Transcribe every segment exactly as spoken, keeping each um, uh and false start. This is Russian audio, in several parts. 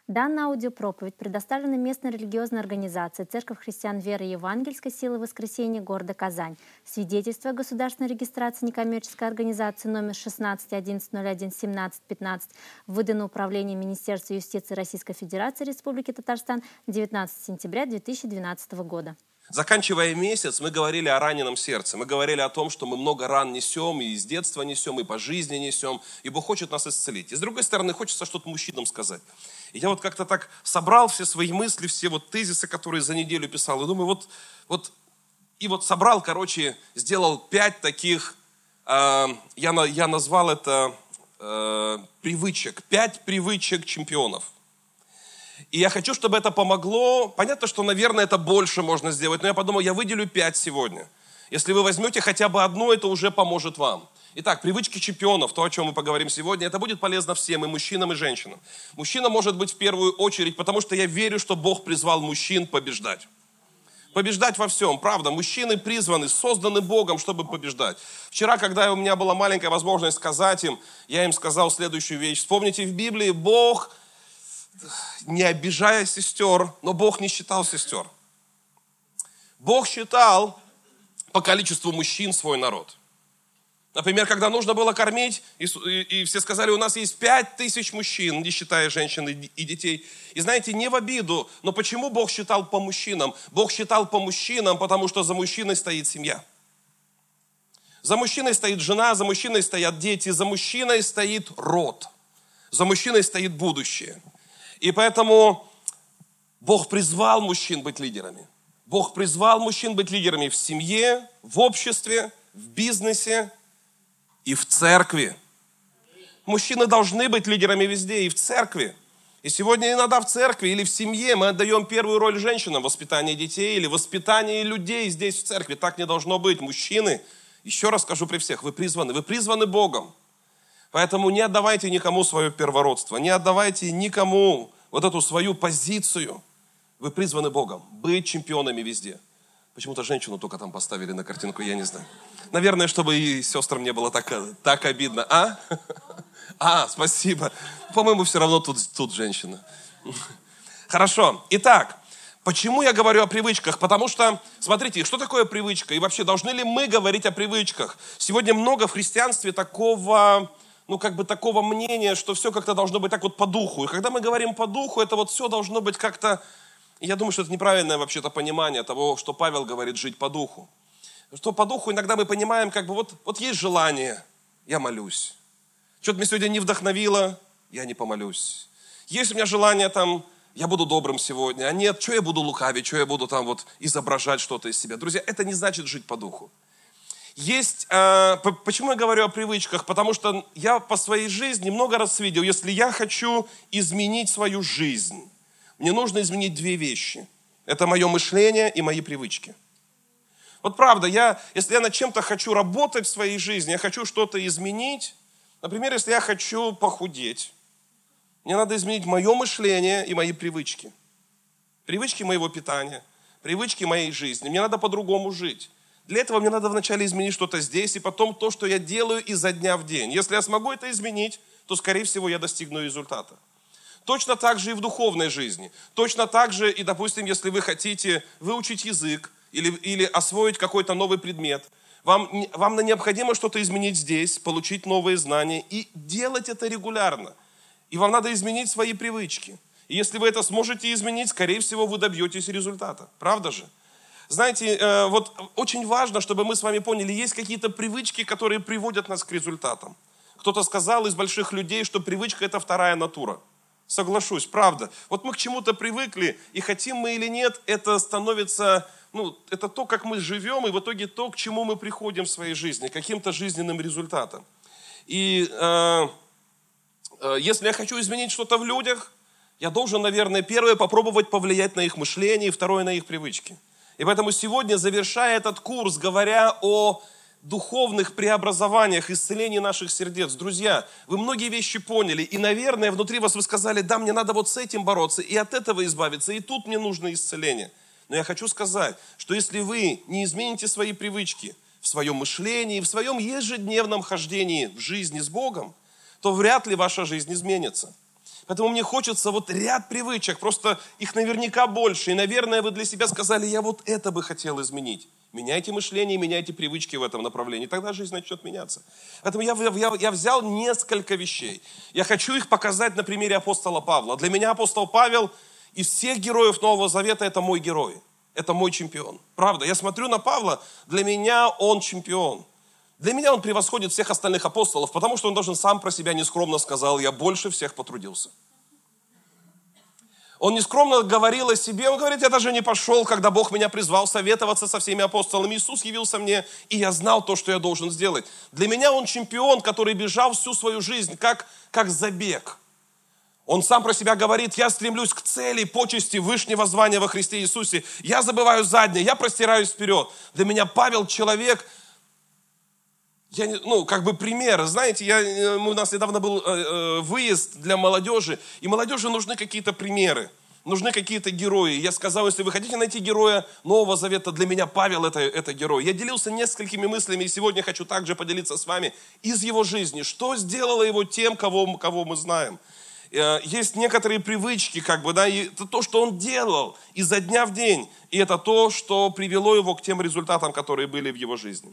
Данная аудиопроповедь предоставлена местной религиозной организацией «Церковь христиан веры Евангельской силы воскресения города Казань». Свидетельство о государственной регистрации некоммерческой организации номер шестнадцать одиннадцать ноль один семнадцать пятнадцать, выдано Управлением Министерства юстиции Российской Федерации Республики Татарстан девятнадцатого сентября две тысячи двенадцатого года. Заканчивая месяц, мы говорили о раненом сердце. Мы говорили о том, что мы много ран несем, и из детства несем, и по жизни несем, и Бог хочет нас исцелить. И с другой стороны, хочется что-то мужчинам сказать. И я вот как-то так собрал все свои мысли, все вот тезисы, которые за неделю писал, и думаю, вот, вот и вот собрал, короче, сделал пять таких, э, я, я назвал это э, привычек, пять привычек чемпионов. И я хочу, чтобы это помогло. Понятно, что, наверное, это больше можно сделать, но я подумал, я выделю пять сегодня. Если вы возьмете хотя бы одну, это уже поможет вам. Итак, привычки чемпионов, то, о чем мы поговорим сегодня, это будет полезно всем, и мужчинам, и женщинам. Мужчина может быть в первую очередь, потому что я верю, что Бог призвал мужчин побеждать. Побеждать во всем, правда. Мужчины призваны, созданы Богом, чтобы побеждать. Вчера, когда у меня была маленькая возможность сказать им, я им сказал следующую вещь. Вспомните, в Библии Бог, не обижая сестер, но Бог не считал сестер. Бог считал по количеству мужчин свой народ. Например, когда нужно было кормить, и, и, и все сказали, у нас есть пять тысяч мужчин, не считая женщин и, и детей. И знаете, не в обиду, но почему Бог считал по мужчинам? Бог считал по мужчинам, потому что за мужчиной стоит семья. За мужчиной стоит жена, за мужчиной стоят дети, за мужчиной стоит род, за мужчиной стоит будущее. И поэтому Бог призвал мужчин быть лидерами. Бог призвал мужчин быть лидерами в семье, в обществе, в бизнесе и в церкви. Мужчины должны быть лидерами везде, и в церкви. И сегодня иногда в церкви или в семье мы отдаем первую роль женщинам в воспитании детей или в воспитании людей здесь в церкви. Так не должно быть. Мужчины, еще раз скажу при всех, вы призваны, вы призваны Богом. Поэтому не отдавайте никому свое первородство, не отдавайте никому вот эту свою позицию. Вы призваны Богом быть чемпионами везде. Почему-то женщину только там поставили на картинку, я не знаю. Наверное, чтобы и сестрам не было так, так обидно. А? А, спасибо. По-моему, все равно тут, тут женщина. Хорошо. Итак, почему я говорю о привычках? Потому что, смотрите, что такое привычка? И вообще, должны ли мы говорить о привычках? Сегодня много в христианстве такого... ну, как бы такого мнения, что все как-то должно быть так вот по духу. И когда мы говорим по духу, это вот все должно быть как-то... Я думаю, что это неправильное вообще-то понимание того, что Павел говорит, жить по духу. Что по духу иногда мы понимаем, как бы вот, вот есть желание, я молюсь. Что-то меня сегодня не вдохновило, я не помолюсь. Есть у меня желание там, я буду добрым сегодня, а нет, что я буду лукавить, что я буду там вот изображать что-то из себя. Друзья, это не значит жить по духу. Есть, э, почему я говорю о привычках? Потому что я по своей жизни много раз видел, если я хочу изменить свою жизнь, мне нужно изменить две вещи. Это мое мышление и мои привычки. Вот правда, я, если я над чем-то хочу работать в своей жизни, я хочу что-то изменить, например, если я хочу похудеть, мне надо изменить мое мышление и мои привычки. Привычки моего питания, привычки моей жизни. Мне надо по-другому жить. Для этого мне надо вначале изменить что-то здесь, и потом то, что я делаю изо дня в день. Если я смогу это изменить, то, скорее всего, я достигну результата. Точно так же и в духовной жизни. Точно так же и, допустим, если вы хотите выучить язык или, или освоить какой-то новый предмет, вам, вам необходимо что-то изменить здесь, получить новые знания и делать это регулярно. И вам надо изменить свои привычки. И если вы это сможете изменить, скорее всего, вы добьетесь результата. Правда же? Знаете, вот очень важно, чтобы мы с вами поняли, есть какие-то привычки, которые приводят нас к результатам. Кто-то сказал из больших людей, что привычка – это вторая натура. Соглашусь, правда. Вот мы к чему-то привыкли, и хотим мы или нет, это становится, ну, это то, как мы живем, и в итоге то, к чему мы приходим в своей жизни, к каким-то жизненным результатам. И э, э, если я хочу изменить что-то в людях, я должен, наверное, первое, попробовать повлиять на их мышление, и второе, на их привычки. И поэтому сегодня, завершая этот курс, говоря о духовных преобразованиях, исцелении наших сердец, друзья, вы многие вещи поняли, и, наверное, внутри вас вы сказали, да, мне надо вот с этим бороться, и от этого избавиться, и тут мне нужно исцеление. Но я хочу сказать, что если вы не измените свои привычки в своем мышлении, в своем ежедневном хождении в жизни с Богом, то вряд ли ваша жизнь изменится. Поэтому мне хочется вот ряд привычек, просто их наверняка больше. И, наверное, вы для себя сказали, я вот это бы хотел изменить. Меняйте мышление, меняйте привычки в этом направлении. Тогда жизнь начнет меняться. Поэтому я, я, я взял несколько вещей. Я хочу их показать на примере апостола Павла. Для меня апостол Павел из всех героев Нового Завета это мой герой. Это мой чемпион. Правда, я смотрю на Павла, для меня он чемпион. Для меня он превосходит всех остальных апостолов, потому что он даже сам про себя нескромно сказал, я больше всех потрудился. Он нескромно говорил о себе, он говорит, я даже не пошел, когда Бог меня призвал советоваться со всеми апостолами. Иисус явился мне, и я знал то, что я должен сделать. Для меня он чемпион, который бежал всю свою жизнь, как, как забег. Он сам про себя говорит, я стремлюсь к цели, почести, вышнего звания во Христе Иисусе. Я забываю заднее, я простираюсь вперед. Для меня Павел человек, я, ну, как бы пример. Знаете, я, у нас недавно был э, выезд для молодежи, и молодежи нужны какие-то примеры, нужны какие-то герои. Я сказал, если вы хотите найти героя Нового Завета, для меня Павел это, это герой. Я делился несколькими мыслями, и сегодня хочу также поделиться с вами из его жизни. Что сделало его тем, кого, кого мы знаем. Есть некоторые привычки, как бы, да, и это то, что он делал изо дня в день, и это то, что привело его к тем результатам, которые были в его жизни.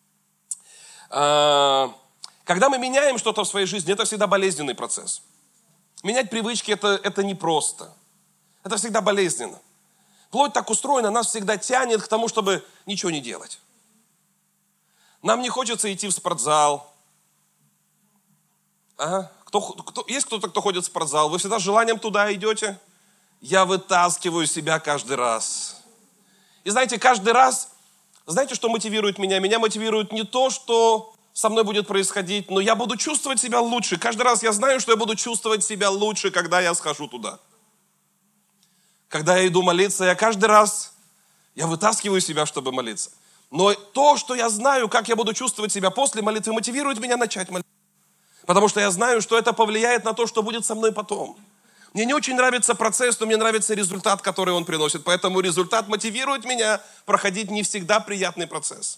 Когда мы меняем что-то в своей жизни, это всегда болезненный процесс. Менять привычки это, это непросто. Это всегда болезненно. Плоть так устроена, нас всегда тянет к тому, чтобы ничего не делать. Нам не хочется идти в спортзал. Ага. Кто, кто, есть кто-то, кто ходит в спортзал? Вы всегда с желанием туда идете? Я вытаскиваю себя каждый раз. И знаете, каждый раз, знаете, что мотивирует меня? Меня мотивирует не то, что со мной будет происходить, но я буду чувствовать себя лучше. Каждый раз я знаю, что я буду чувствовать себя лучше, когда я схожу туда. Когда я иду молиться, я каждый раз, я вытаскиваю себя, чтобы молиться. Но то, что я знаю, как я буду чувствовать себя после молитвы, мотивирует меня начать молиться. Потому что я знаю, что это повлияет на то, что будет со мной потом. Мне не очень нравится процесс, но мне нравится результат, который он приносит. Поэтому результат мотивирует меня проходить не всегда приятный процесс.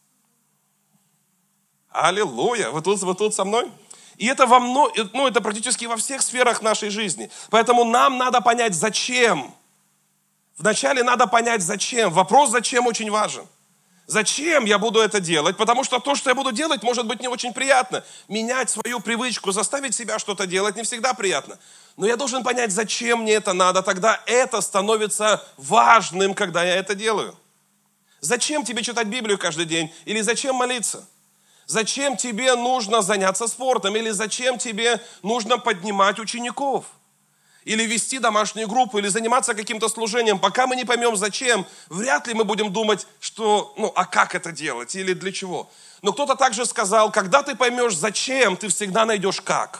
Аллилуйя! Вы тут, вы тут со мной? И это, во мно... ну, это практически во всех сферах нашей жизни. Поэтому нам надо понять, зачем. Вначале надо понять, зачем. Вопрос «зачем» очень важен. Зачем я буду это делать? Потому что то, что я буду делать, может быть не очень приятно. Менять свою привычку, заставить себя что-то делать не всегда приятно. Но я должен понять, зачем мне это надо. Тогда это становится важным, когда я это делаю. Зачем тебе читать Библию каждый день? Или зачем молиться? Зачем тебе нужно заняться спортом? Или зачем тебе нужно поднимать учеников? Или вести домашнюю группу, или заниматься каким-то служением. Пока мы не поймем, зачем, вряд ли мы будем думать, что, ну, а как это делать, или для чего. Но кто-то также сказал, когда ты поймешь, зачем, ты всегда найдешь как.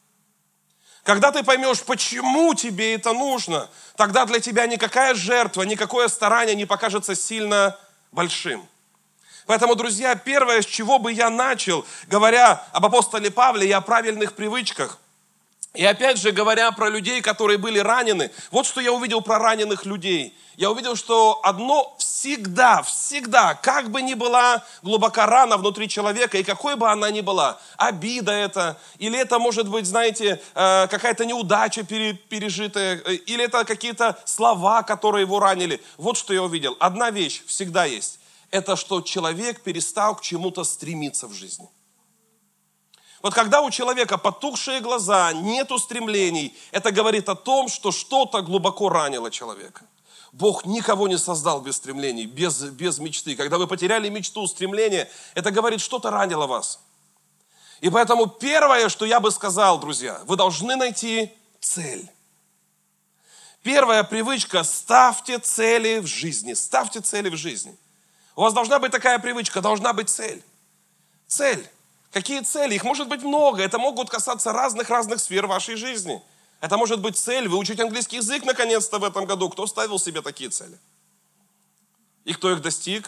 Когда ты поймешь, почему тебе это нужно, тогда для тебя никакая жертва, никакое старание не покажется сильно большим. Поэтому, друзья, первое, с чего бы я начал, говоря об апостоле Павле и о правильных привычках, и опять же, говоря про людей, которые были ранены, вот что я увидел про раненых людей. Я увидел, что одно всегда, всегда, как бы ни была глубока рана внутри человека, и какой бы она ни была, обида это, или это может быть, знаете, какая-то неудача пережитая, или это какие-то слова, которые его ранили. Вот что я увидел. Одна вещь всегда есть. Это что человек перестал к чему-то стремиться в жизни. Вот когда у человека потухшие глаза, нет устремлений, это говорит о том, что что-то глубоко ранило человека. Бог никого не создал без стремлений, без, без мечты. Когда вы потеряли мечту, стремление, это говорит, что-то ранило вас. И поэтому первое, что я бы сказал, друзья, вы должны найти цель. Первая привычка – ставьте цели в жизни. Ставьте цели в жизни. У вас должна быть такая привычка, должна быть цель. Цель. Какие цели? Их может быть много. Это могут касаться разных-разных сфер вашей жизни. Это может быть цель выучить английский язык наконец-то в этом году. Кто ставил себе такие цели? И кто их достиг?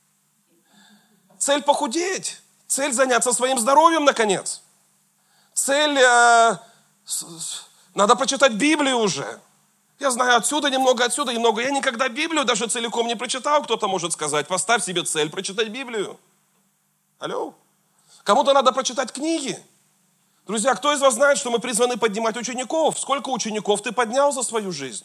Цель похудеть. Цель заняться своим здоровьем, наконец. Цель... Э, с, с, надо прочитать Библию уже. Я знаю отсюда немного, отсюда немного. Я никогда Библию даже целиком не прочитал, кто-то может сказать. Поставь себе цель прочитать Библию. Алло. Кому-то надо прочитать книги. Друзья, кто из вас знает, что мы призваны поднимать учеников? Сколько учеников ты поднял за свою жизнь?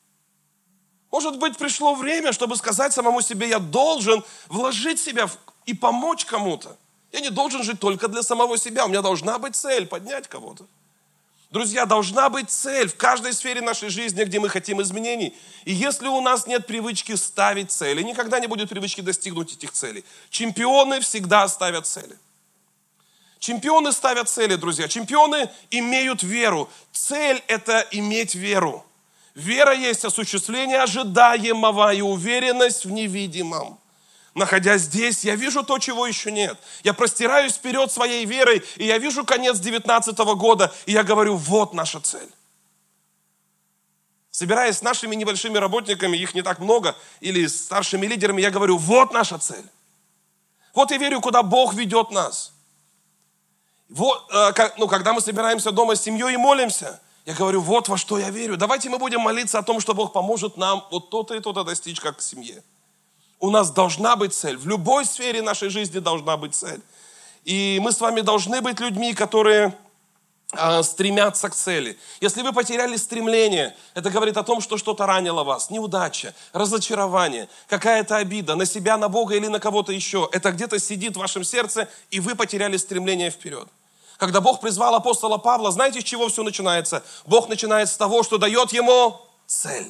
Может быть, пришло время, чтобы сказать самому себе, я должен вложить себя и помочь кому-то. Я не должен жить только для самого себя. У меня должна быть цель поднять кого-то. Друзья, должна быть цель в каждой сфере нашей жизни, где мы хотим изменений. И если у нас нет привычки ставить цели, никогда не будет привычки достигнуть этих целей. Чемпионы всегда ставят цели. Чемпионы ставят цели, друзья. Чемпионы имеют веру. Цель – это иметь веру. Вера есть осуществление ожидаемого и уверенность в невидимом. Находясь здесь, я вижу то, чего еще нет. Я простираюсь вперед своей верой, и я вижу конец девятнадцатого года, и я говорю, вот наша цель. Собираясь с нашими небольшими работниками, их не так много, или с старшими лидерами, я говорю, вот наша цель. Вот я верю, куда Бог ведет нас. Вот, э, как, ну, когда мы собираемся дома с семьей и молимся, я говорю, вот во что я верю. Давайте мы будем молиться о том, что Бог поможет нам вот то-то и то-то достичь, как в семье. У нас должна быть цель. В любой сфере нашей жизни должна быть цель. И мы с вами должны быть людьми, которые э, стремятся к цели. Если вы потеряли стремление, это говорит о том, что что-то ранило вас. Неудача, разочарование, какая-то обида на себя, на Бога или на кого-то еще. Это где-то сидит в вашем сердце, и вы потеряли стремление вперед. Когда Бог призвал апостола Павла, знаете, с чего все начинается? Бог начинает с того, что дает ему цель.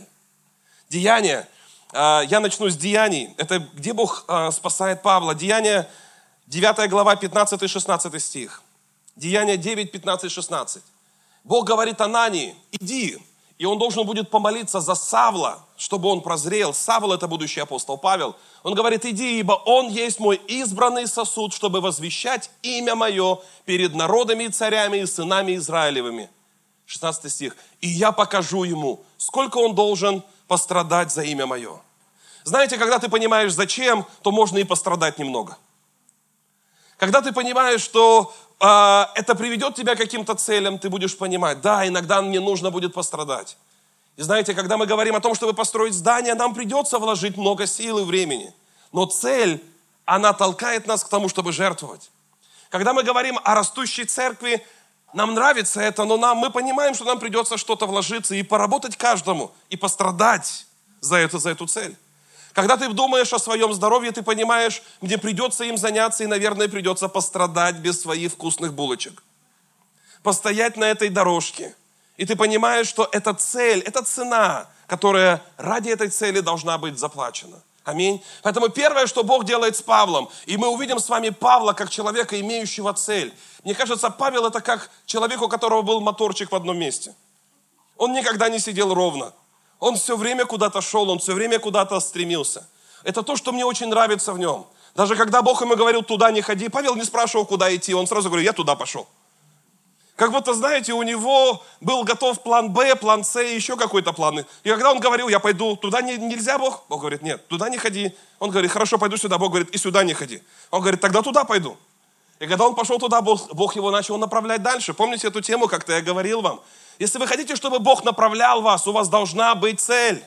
Деяния. Я начну с Деяний. Это где Бог спасает Павла. Деяния, девятая глава, пятнадцатый-шестнадцатый стих. Деяния девять, пятнадцать, шестнадцать. Бог говорит Анании, иди. И он должен будет помолиться за Савла, чтобы он прозрел. Савл – это будущий апостол Павел. Он говорит, иди, ибо он есть мой избранный сосуд, чтобы возвещать имя мое перед народами и царями и сынами Израилевыми. шестнадцатый стих. И я покажу ему, сколько он должен пострадать за имя мое. Знаете, когда ты понимаешь, зачем, то можно и пострадать немного. Когда ты понимаешь, что э, это приведет тебя к каким-то целям, ты будешь понимать, да, иногда мне нужно будет пострадать. И знаете, когда мы говорим о том, чтобы построить здание, нам придется вложить много сил и времени. Но цель, она толкает нас к тому, чтобы жертвовать. Когда мы говорим о растущей церкви, нам нравится это, но нам, мы понимаем, что нам придется что-то вложиться и поработать каждому, и пострадать за, это, за эту цель. Когда ты думаешь о своем здоровье, ты понимаешь, где придется им заняться, и, наверное, придется пострадать без своих вкусных булочек. Постоять на этой дорожке. И ты понимаешь, что это цель, это цена, которая ради этой цели должна быть заплачена. Аминь. Поэтому первое, что Бог делает с Павлом, и мы увидим с вами Павла как человека, имеющего цель. Мне кажется, Павел это как человек, у которого был моторчик в одном месте. Он никогда не сидел ровно. Он все время куда-то шел, он все время куда-то стремился. Это то, что мне очень нравится в нем. Даже когда Бог ему говорил, туда не ходи, Павел не спрашивал, куда идти, он сразу говорил, я туда пошел. Как будто, знаете, у него был готов план Б, план С и еще какой-то план. И когда он говорил, я пойду, туда не, нельзя, Бог? Бог говорит, нет, туда не ходи. Он говорит, хорошо, пойду сюда. Бог говорит, и сюда не ходи. Он говорит, тогда туда пойду. И когда он пошел туда, Бог, Бог его начал направлять дальше. Помните эту тему, как-то я говорил вам? Если вы хотите, чтобы Бог направлял вас, у вас должна быть цель.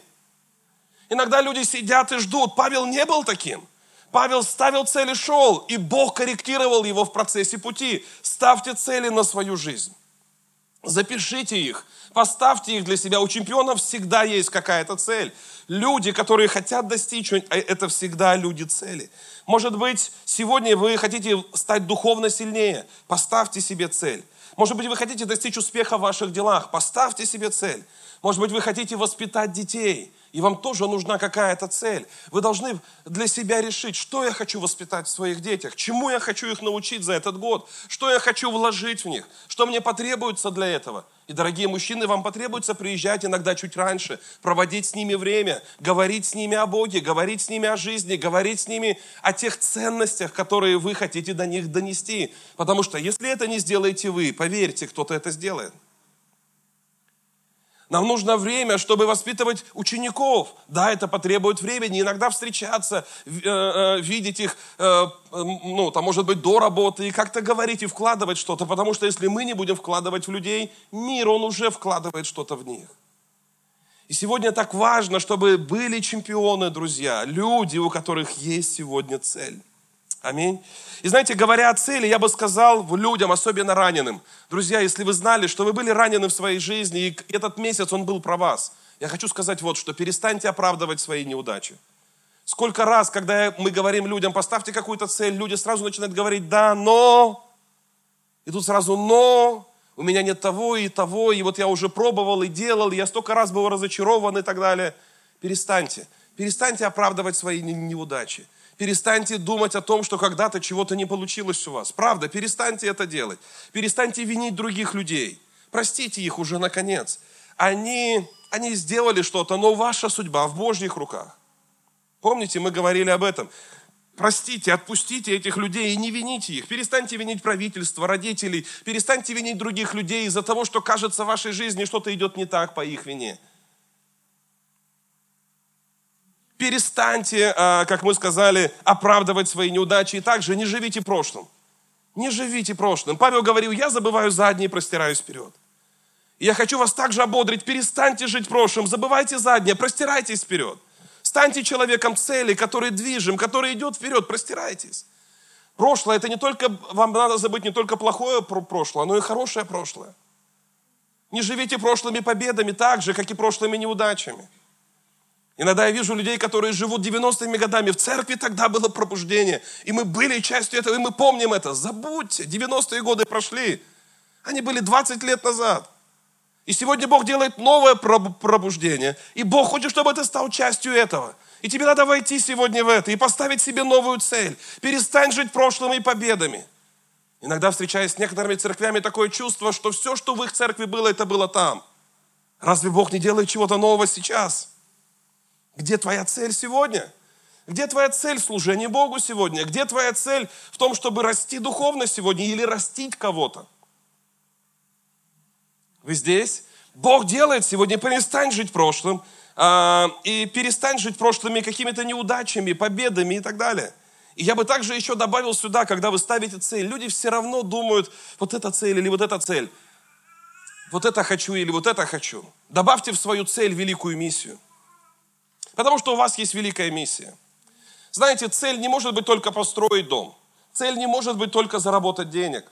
Иногда люди сидят и ждут. Павел не был таким. Павел ставил цель и шел, и Бог корректировал его в процессе пути. Ставьте цели на свою жизнь. Запишите их, поставьте их для себя. У чемпионов всегда есть какая-то цель. Люди, которые хотят достичь, это всегда люди цели. Может быть, сегодня вы хотите стать духовно сильнее. Поставьте себе цель. Может быть, вы хотите достичь успеха в ваших делах. Поставьте себе цель. Может быть, вы хотите воспитать детей. И вам тоже нужна какая-то цель. Вы должны для себя решить, что я хочу воспитать в своих детях, чему я хочу их научить за этот год, что я хочу вложить в них, что мне потребуется для этого. И, дорогие мужчины, вам потребуется приезжать иногда чуть раньше, проводить с ними время, говорить с ними о Боге, говорить с ними о жизни, говорить с ними о тех ценностях, которые вы хотите до них донести. Потому что если это не сделаете вы, поверьте, кто-то это сделает. Нам нужно время, чтобы воспитывать учеников. Да, это потребует времени. Иногда встречаться, видеть их, ну, там, может быть, до работы, и как-то говорить и вкладывать что-то. Потому что если мы не будем вкладывать в людей, мир, он уже вкладывает что-то в них. И сегодня так важно, чтобы были чемпионы, друзья, люди, у которых есть сегодня цель. Аминь. И знаете, говоря о цели, я бы сказал людям, особенно раненым, друзья, если вы знали, что вы были ранены в своей жизни, и этот месяц он был про вас, я хочу сказать вот что, перестаньте оправдывать свои неудачи. Сколько раз, когда мы говорим людям, поставьте какую-то цель, люди сразу начинают говорить, да, но, и тут сразу но, у меня нет того и того, и вот я уже пробовал и делал, и я столько раз был разочарован и так далее. Перестаньте, перестаньте оправдывать свои неудачи. Перестаньте думать о том, что когда-то чего-то не получилось у вас. Правда, перестаньте это делать. Перестаньте винить других людей. Простите их уже наконец. Они, они сделали что-то, но ваша судьба в Божьих руках. Помните, мы говорили об этом. Простите, отпустите этих людей и не вините их. Перестаньте винить правительство, родителей. Перестаньте винить других людей из-за того, что, кажется, в вашей жизни что-то идет не так по их вине. Перестаньте, как мы сказали, оправдывать свои неудачи. И также не живите прошлым. Не живите прошлым. Павел говорил, я забываю заднее и простираюсь вперед. И я хочу вас также ободрить. Перестаньте жить прошлым, забывайте заднее, простирайтесь вперед. Станьте человеком цели, который движим, который идет вперед, простирайтесь. Прошлое, это не только, вам надо забыть не только плохое прошлое, но и хорошее прошлое. Не живите прошлыми победами так же, как и прошлыми неудачами. Иногда я вижу людей, которые живут девяностыми годами. В церкви тогда было пробуждение. И мы были частью этого, и мы помним это. Забудьте, девяностые годы прошли. Они были двадцать лет назад. И сегодня Бог делает новое пробуждение. И Бог хочет, чтобы ты стал частью этого. И тебе надо войти сегодня в это и поставить себе новую цель. Перестань жить прошлыми победами. Иногда, встречаясь с некоторыми церквями, такое чувство, что все, что в их церкви было, это было там. Разве Бог не делает чего-то нового сейчас? Где твоя цель сегодня? Где твоя цель в служении Богу сегодня? Где твоя цель в том, чтобы расти духовно сегодня или растить кого-то? Вы здесь? Бог делает сегодня, перестань жить прошлым, э, и перестань жить прошлыми какими-то неудачами, победами и так далее. И я бы также еще добавил сюда, когда вы ставите цель, люди все равно думают, вот эта цель или вот эта цель. Вот это хочу или вот это хочу. Добавьте в свою цель великую миссию. Потому что у вас есть великая миссия. Знаете, цель не может быть только построить дом. Цель не может быть только заработать денег.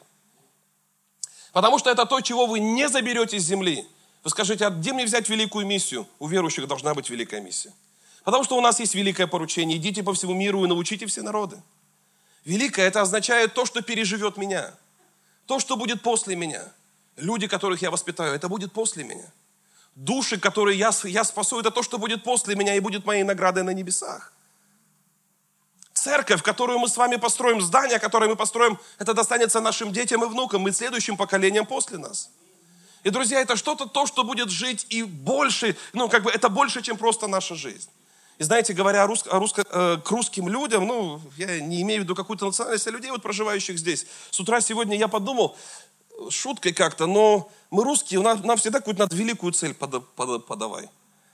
Потому что это то, чего вы не заберете с земли. Вы скажете, а где мне взять великую миссию? У верующих должна быть великая миссия. Потому что у нас есть великое поручение. Идите по всему миру и научите все народы. Великое, это означает то, что переживет меня. То, что будет после меня. Люди, которых я воспитаю, это будет после меня. Души, которые я, я спасу, это то, что будет после меня и будет моей наградой на небесах. Церковь, которую мы с вами построим, здание, которое мы построим, это достанется нашим детям и внукам, и следующим поколениям после нас. И, друзья, это что-то то, что будет жить и больше, ну, как бы это больше, чем просто наша жизнь. И знаете, говоря о рус, о русско, э, к русским людям, ну, я не имею в виду какую-то национальность, а людей, вот, проживающих здесь. С утра сегодня я подумал, шуткой как-то, но мы русские, нам, нам всегда какую-то надо великую цель пода, пода, подавай.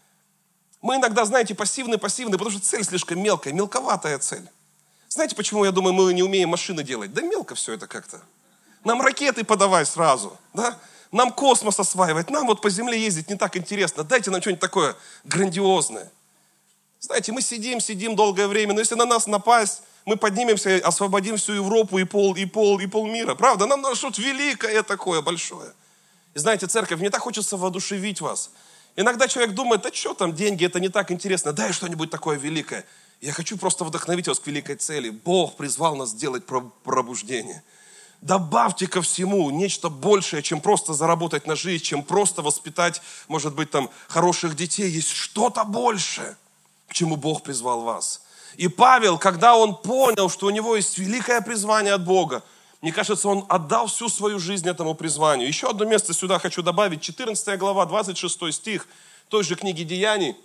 Мы иногда, знаете, пассивные-пассивные, потому что цель слишком мелкая, мелковатая цель. Знаете, почему, я думаю, мы не умеем машины делать? Да мелко все это как-то. Нам ракеты подавай сразу, да? Нам космос осваивать, нам вот по земле ездить не так интересно. Дайте нам что-нибудь такое грандиозное. Знаете, мы сидим, сидим долгое время, но если на нас напасть, мы поднимемся, освободим всю Европу и пол, и пол, и полмира. Правда? Нам надо что-то великое такое, большое. И знаете, церковь, мне так хочется воодушевить вас. Иногда человек думает, да что там, деньги, это не так интересно, дай что-нибудь такое великое. Я хочу просто вдохновить вас к великой цели. Бог призвал нас сделать пробуждение. Добавьте ко всему нечто большее, чем просто заработать на жизнь, чем просто воспитать, может быть, там, хороших детей. Есть что-то большее, к чему Бог призвал вас. И Павел, когда он понял, что у него есть великое призвание от Бога, мне кажется, он отдал всю свою жизнь этому призванию. Еще одно место сюда хочу добавить. четырнадцатая глава, двадцать шестой стих той же книги Деяний.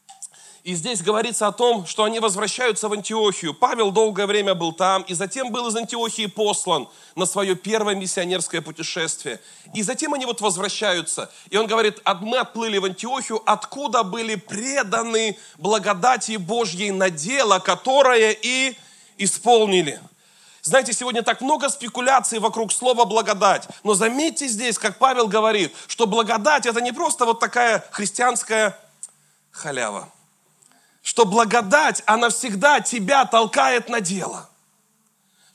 И здесь говорится о том, что они возвращаются в Антиохию. Павел долгое время был там, и затем был из Антиохии послан на свое первое миссионерское путешествие. И затем они вот возвращаются. И он говорит, мы отплыли в Антиохию, откуда были преданы благодати Божьей на дело, которое и исполнили. Знаете, сегодня так много спекуляций вокруг слова «благодать». Но заметьте здесь, как Павел говорит, что благодать – это не просто вот такая христианская халява. Что благодать, она всегда тебя толкает на дело.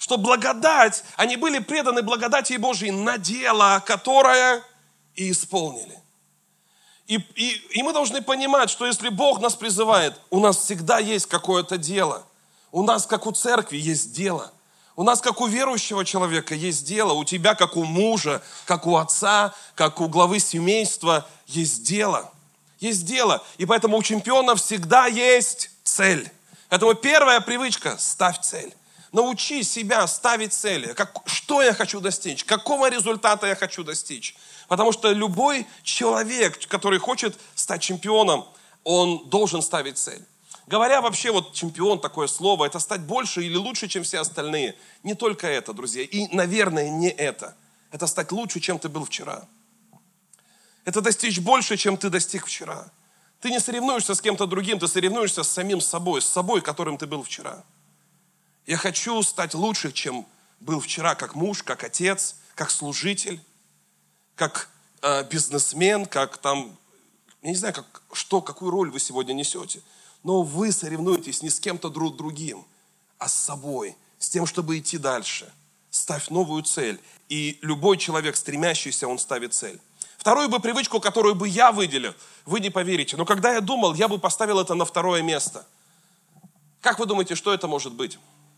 Что благодать, они были преданы благодати Божьей на дело, которое и исполнили. И, и, и мы должны понимать, что если Бог нас призывает, у нас всегда есть какое-то дело. У нас, как у церкви, есть дело. У нас, как у верующего человека, есть дело. У тебя, как у мужа, как у отца, как у главы семейства, есть дело. Есть дело. И поэтому у чемпиона всегда есть цель. Поэтому первая привычка – ставь цель. Научи себя ставить цели. Как, что я хочу достичь? Какого результата я хочу достичь? Потому что любой человек, который хочет стать чемпионом, он должен ставить цель. Говоря вообще, вот чемпион, такое слово, это стать больше или лучше, чем все остальные. Не только это, друзья. И, наверное, не это. Это стать лучше, чем ты был вчера. Это достичь больше, чем ты достиг вчера. Ты не соревнуешься с кем-то другим, ты соревнуешься с самим собой, с собой, которым ты был вчера. Я хочу стать лучше, чем был вчера, как муж, как отец, как служитель, как э, бизнесмен, как там, я не знаю, как, что, какую роль вы сегодня несете. Но вы соревнуетесь не с кем-то друг другим, а с собой, с тем, чтобы идти дальше. Ставь новую цель. И любой человек, стремящийся, он ставит цель. Вторую бы привычку, которую бы я выделил, вы не поверите, но когда я думал, я бы поставил это на второе место. Как вы думаете, что это может быть?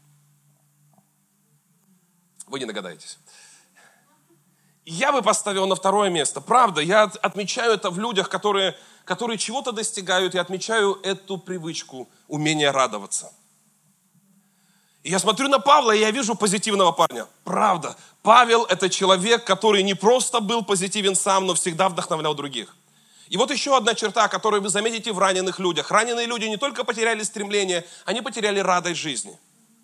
Вы не догадаетесь. Я бы поставил на второе место. Правда, я отмечаю это в людях, которые, которые чего-то достигают, и отмечаю эту привычку, умение радоваться. И я смотрю на Павла, и я вижу позитивного парня. Правда, Павел – это человек, который не просто был позитивен сам, но всегда вдохновлял других. И вот еще одна черта, которую вы заметите в раненых людях. Раненые люди не только потеряли стремление, они потеряли радость жизни.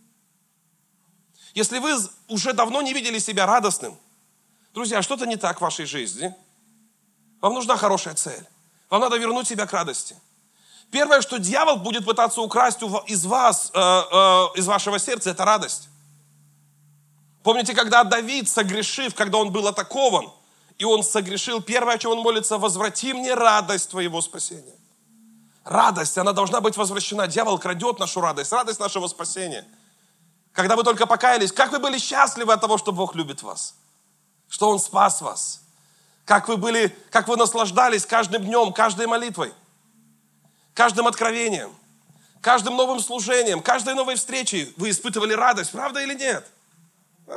Если вы уже давно не видели себя радостным, друзья, что-то не так в вашей жизни. Вам нужна хорошая цель. Вам надо вернуть себя к радости. Первое, что дьявол будет пытаться украсть из вас, э, э, из вашего сердца, это радость. Помните, когда Давид, согрешив, когда он был атакован, и он согрешил, первое, о чем он молится: возврати мне радость твоего спасения. Радость, она должна быть возвращена. Дьявол крадет нашу радость, радость нашего спасения. Когда вы только покаялись, как вы были счастливы от того, что Бог любит вас, что Он спас вас, как вы были, как вы наслаждались каждым днем, каждой молитвой, каждым откровением, каждым новым служением, каждой новой встречей вы испытывали радость, правда или нет? А?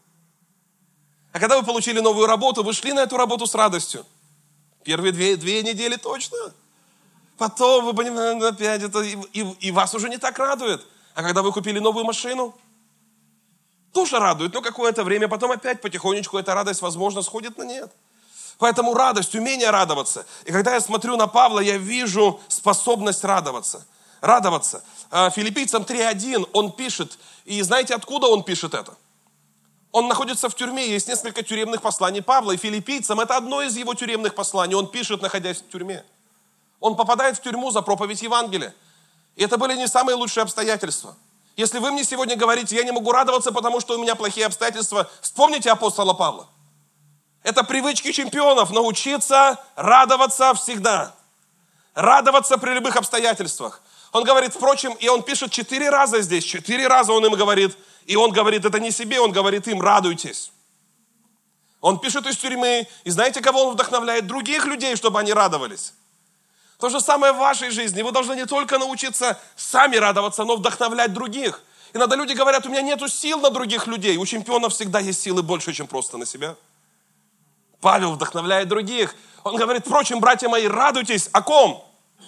А когда вы получили новую работу, вы шли на эту работу с радостью. Первые две, две недели точно. Потом вы понимаете, опять это, и, и, и вас уже не так радует. А когда вы купили новую машину, тоже радует, но какое-то время, потом опять потихонечку эта радость, возможно, сходит на нет. Поэтому радость, умение радоваться. И когда я смотрю на Павла, я вижу способность радоваться. Радоваться. Филиппийцам три один он пишет, и знаете, откуда он пишет это? Он находится в тюрьме, есть несколько тюремных посланий Павла, и филиппийцам это одно из его тюремных посланий, он пишет, находясь в тюрьме. Он попадает в тюрьму за проповедь Евангелия. И это были не самые лучшие обстоятельства. Если вы мне сегодня говорите, я не могу радоваться, потому что у меня плохие обстоятельства, вспомните апостола Павла. Это привычки чемпионов, научиться радоваться всегда. Радоваться при любых обстоятельствах. Он говорит, впрочем, и он пишет четыре раза здесь, четыре раза он им говорит, и он говорит, это не себе, он говорит им, радуйтесь. Он пишет из тюрьмы, и знаете, кого он вдохновляет? Других людей, чтобы они радовались. То же самое в вашей жизни. Вы должны не только научиться сами радоваться, но вдохновлять других. Иногда люди говорят, у меня нету сил на других людей. У чемпионов всегда есть силы больше, чем просто на себя. Павел вдохновляет других. Он говорит, впрочем, братья мои, радуйтесь. О ком?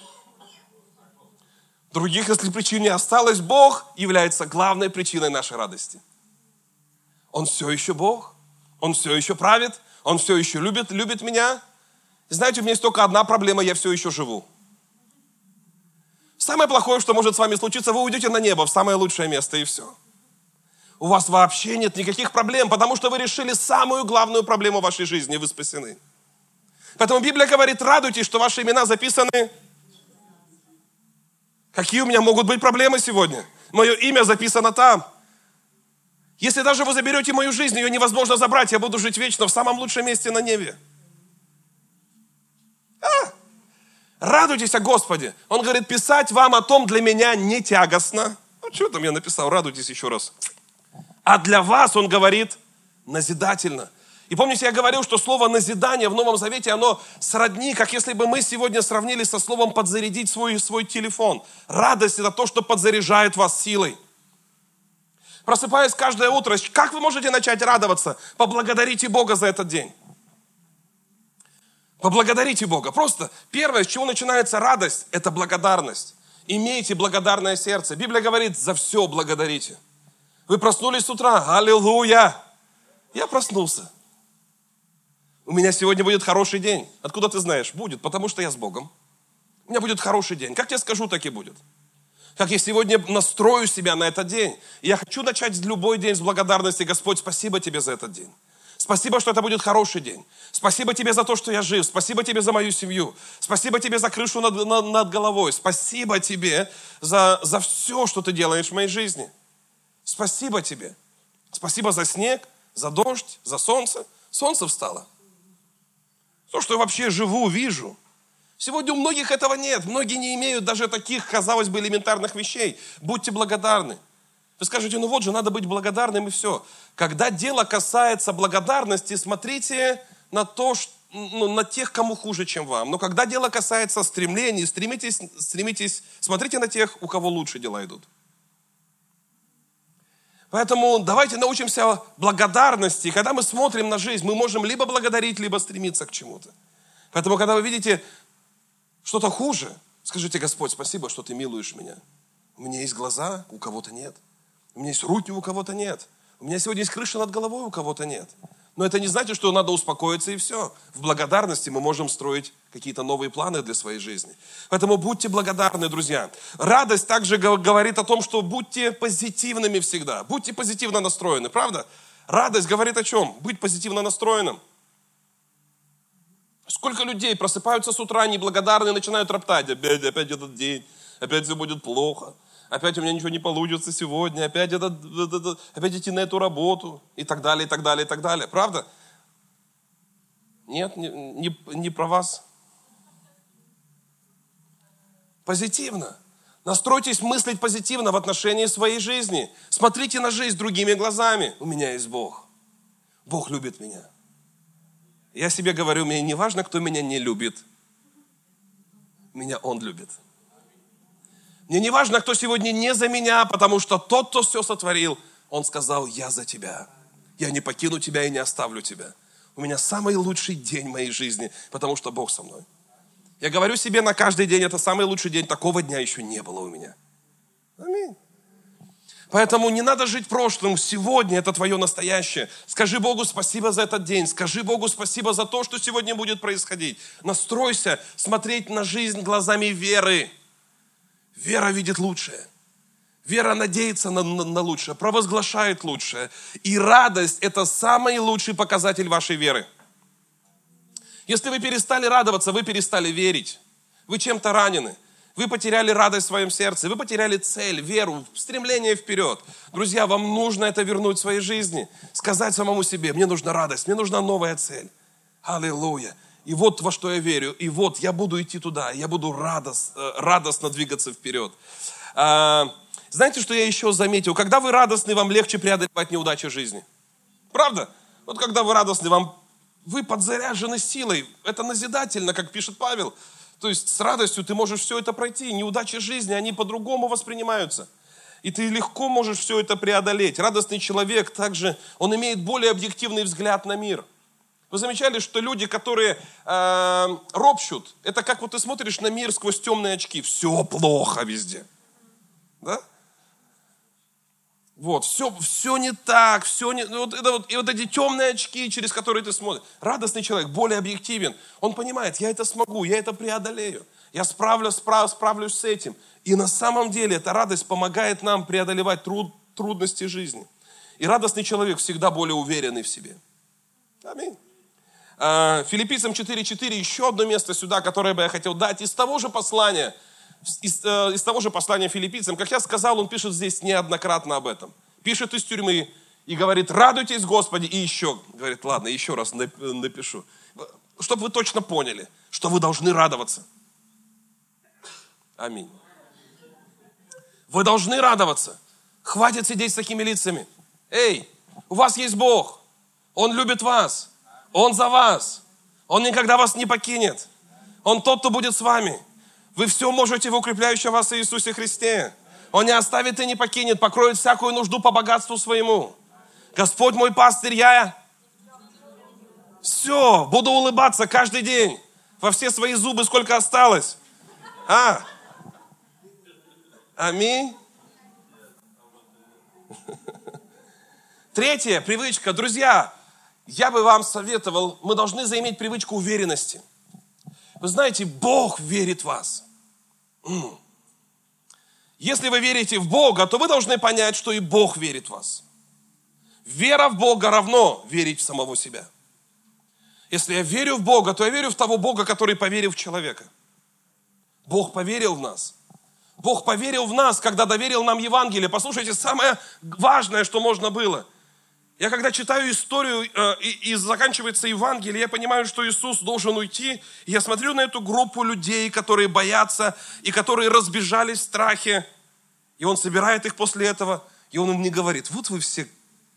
Других, если причин не осталось, Бог является главной причиной нашей радости. Он все еще Бог. Он все еще правит. Он все еще любит, любит меня. Знаете, у меня есть только одна проблема, я все еще живу. Самое плохое, что может с вами случиться, вы уйдете на небо, в самое лучшее место, и все. У вас вообще нет никаких проблем, потому что вы решили самую главную проблему вашей жизни, вы спасены. Поэтому Библия говорит, радуйтесь, что ваши имена записаны. Какие у меня могут быть проблемы сегодня? Мое имя записано там. Если даже вы заберете мою жизнь, ее невозможно забрать, я буду жить вечно в самом лучшем месте на небе. А? Радуйтесь о Господе. Он говорит, писать вам о том для меня не тягостно. Ну, что там я написал? Радуйтесь еще раз. А для вас Он говорит назидательно. И помните, я говорил, что слово «назидание» в Новом Завете, оно сродни, как если бы мы сегодня сравнили со словом «подзарядить свой, свой телефон». Радость – это то, что подзаряжает вас силой. Просыпаясь каждое утро, как вы можете начать радоваться? Поблагодарите Бога за этот день. Поблагодарите Бога. Просто первое, с чего начинается радость, это благодарность. Имейте благодарное сердце. Библия говорит, за все благодарите. Вы проснулись с утра, аллилуйя. Я проснулся. У меня сегодня будет хороший день. Откуда ты знаешь? Будет, потому что я с Богом. У меня будет хороший день. Как я скажу, так и будет. Как я сегодня настрою себя на этот день. И я хочу начать любой день с благодарности. Господь, спасибо Тебе за этот день. Спасибо, что это будет хороший день. Спасибо Тебе за то, что я жив. Спасибо Тебе за мою семью. Спасибо Тебе за крышу над, над, над головой. Спасибо Тебе за, за все, что Ты делаешь в моей жизни. Спасибо Тебе. Спасибо за снег, за дождь, за солнце. Солнце встало. То, что я вообще живу, вижу. Сегодня у многих этого нет. Многие не имеют даже таких, казалось бы, элементарных вещей. Будьте благодарны. Вы скажете, ну вот же, надо быть благодарным и все. Когда дело касается благодарности, смотрите на то, ну, на тех, кому хуже, чем вам. Но когда дело касается стремлений, стремитесь, стремитесь, смотрите на тех, у кого лучше дела идут. Поэтому давайте научимся благодарности. Когда мы смотрим на жизнь, мы можем либо благодарить, либо стремиться к чему-то. Поэтому, когда вы видите что-то хуже, скажите, Господь, спасибо, что Ты милуешь меня. У меня есть глаза, у кого-то нет. У меня есть руки, у кого-то нет. У меня сегодня есть крыша над головой, у кого-то нет. Но это не значит, что надо успокоиться и все. В благодарности мы можем строить какие-то новые планы для своей жизни. Поэтому будьте благодарны, друзья. Радость также говорит о том, что будьте позитивными всегда. Будьте позитивно настроены, правда? Радость говорит о чем? Быть позитивно настроенным. Сколько людей просыпаются с утра неблагодарны и начинают роптать. Опять, опять этот день, опять все будет плохо. Опять у меня ничего не получится сегодня, опять, это, это, это, опять идти на эту работу, и так далее, и так далее, и так далее. Правда? Нет, не, не, не про вас. Позитивно. Настройтесь мыслить позитивно в отношении своей жизни. Смотрите на жизнь другими глазами. У меня есть Бог. Бог любит меня. Я себе говорю, мне не важно, кто меня не любит. Меня Он любит. Мне не важно, кто сегодня не за меня, потому что тот, кто все сотворил, Он сказал, я за тебя. Я не покину тебя и не оставлю тебя. У меня самый лучший день моей жизни, потому что Бог со мной. Я говорю себе на каждый день, это самый лучший день, такого дня еще не было у меня. Аминь. Поэтому не надо жить прошлым, сегодня это твое настоящее. Скажи Богу спасибо за этот день, скажи Богу спасибо за то, что сегодня будет происходить. Настройся смотреть на жизнь глазами веры. Вера видит лучшее. Вера надеется на, на, на лучшее, провозглашает лучшее. И радость – это самый лучший показатель вашей веры. Если вы перестали радоваться, вы перестали верить. Вы чем-то ранены. Вы потеряли радость в своем сердце. Вы потеряли цель, веру, стремление вперед. Друзья, вам нужно это вернуть в своей жизни. Сказать самому себе, мне нужна радость, мне нужна новая цель. Аллилуйя. И вот во что я верю. И вот я буду идти туда. Я буду радост, радостно двигаться вперед. А, знаете, что я еще заметил? Когда вы радостны, вам легче преодолевать неудачи жизни. Правда? Вот когда вы радостны, вам, вы подзаряжены силой. Это назидательно, как пишет Павел. То есть с радостью ты можешь все это пройти. Неудачи жизни, они по-другому воспринимаются. И ты легко можешь все это преодолеть. Радостный человек также, он имеет более объективный взгляд на мир. Вы замечали, что люди, которые э, ропщут, это как вот ты смотришь на мир сквозь темные очки. Все плохо везде. Да? Вот, все, все не так, все не... Вот, это вот, и вот эти темные очки, через которые ты смотришь. Радостный человек, более объективен. Он понимает, я это смогу, я это преодолею. Я справлюсь, справ, справлюсь с этим. И на самом деле эта радость помогает нам преодолевать труд, трудности жизни. И радостный человек всегда более уверенный в себе. Аминь. Филиппийцам четыре четыре, еще одно место сюда, которое бы я хотел дать. Из того же послания, из, из того же послания филиппийцам, как я сказал, он пишет здесь неоднократно об этом. Пишет из тюрьмы и говорит, радуйтесь, Господи, и еще. Говорит, ладно, еще раз напишу. Чтобы вы точно поняли, что вы должны радоваться. Аминь. Вы должны радоваться. Хватит сидеть с такими лицами. Эй, у вас есть Бог. Он любит вас. Он за вас. Он никогда вас не покинет. Он тот, кто будет с вами. Вы все можете в укрепляющем вас Иисусе Христе. Он не оставит и не покинет, покроет всякую нужду по богатству своему. Господь мой пастырь, я... Все, буду улыбаться каждый день. Во все свои зубы сколько осталось. А? Аминь. Третья привычка. Друзья, я бы вам советовал, мы должны заиметь привычку уверенности. Вы знаете, Бог верит в вас. Если вы верите в Бога, то вы должны понять, что и Бог верит в вас. Вера в Бога равно верить в самого себя. Если я верю в Бога, то я верю в того Бога, который поверил в человека. Бог поверил в нас. Бог поверил в нас, когда доверил нам Евангелие. Послушайте, самое важное, что можно было. Я когда читаю историю э, и, и заканчивается Евангелие, я понимаю, что Иисус должен уйти. И я смотрю на эту группу людей, которые боятся и которые разбежались в страхе. И Он собирает их после этого, и Он им не говорит: вот вы все.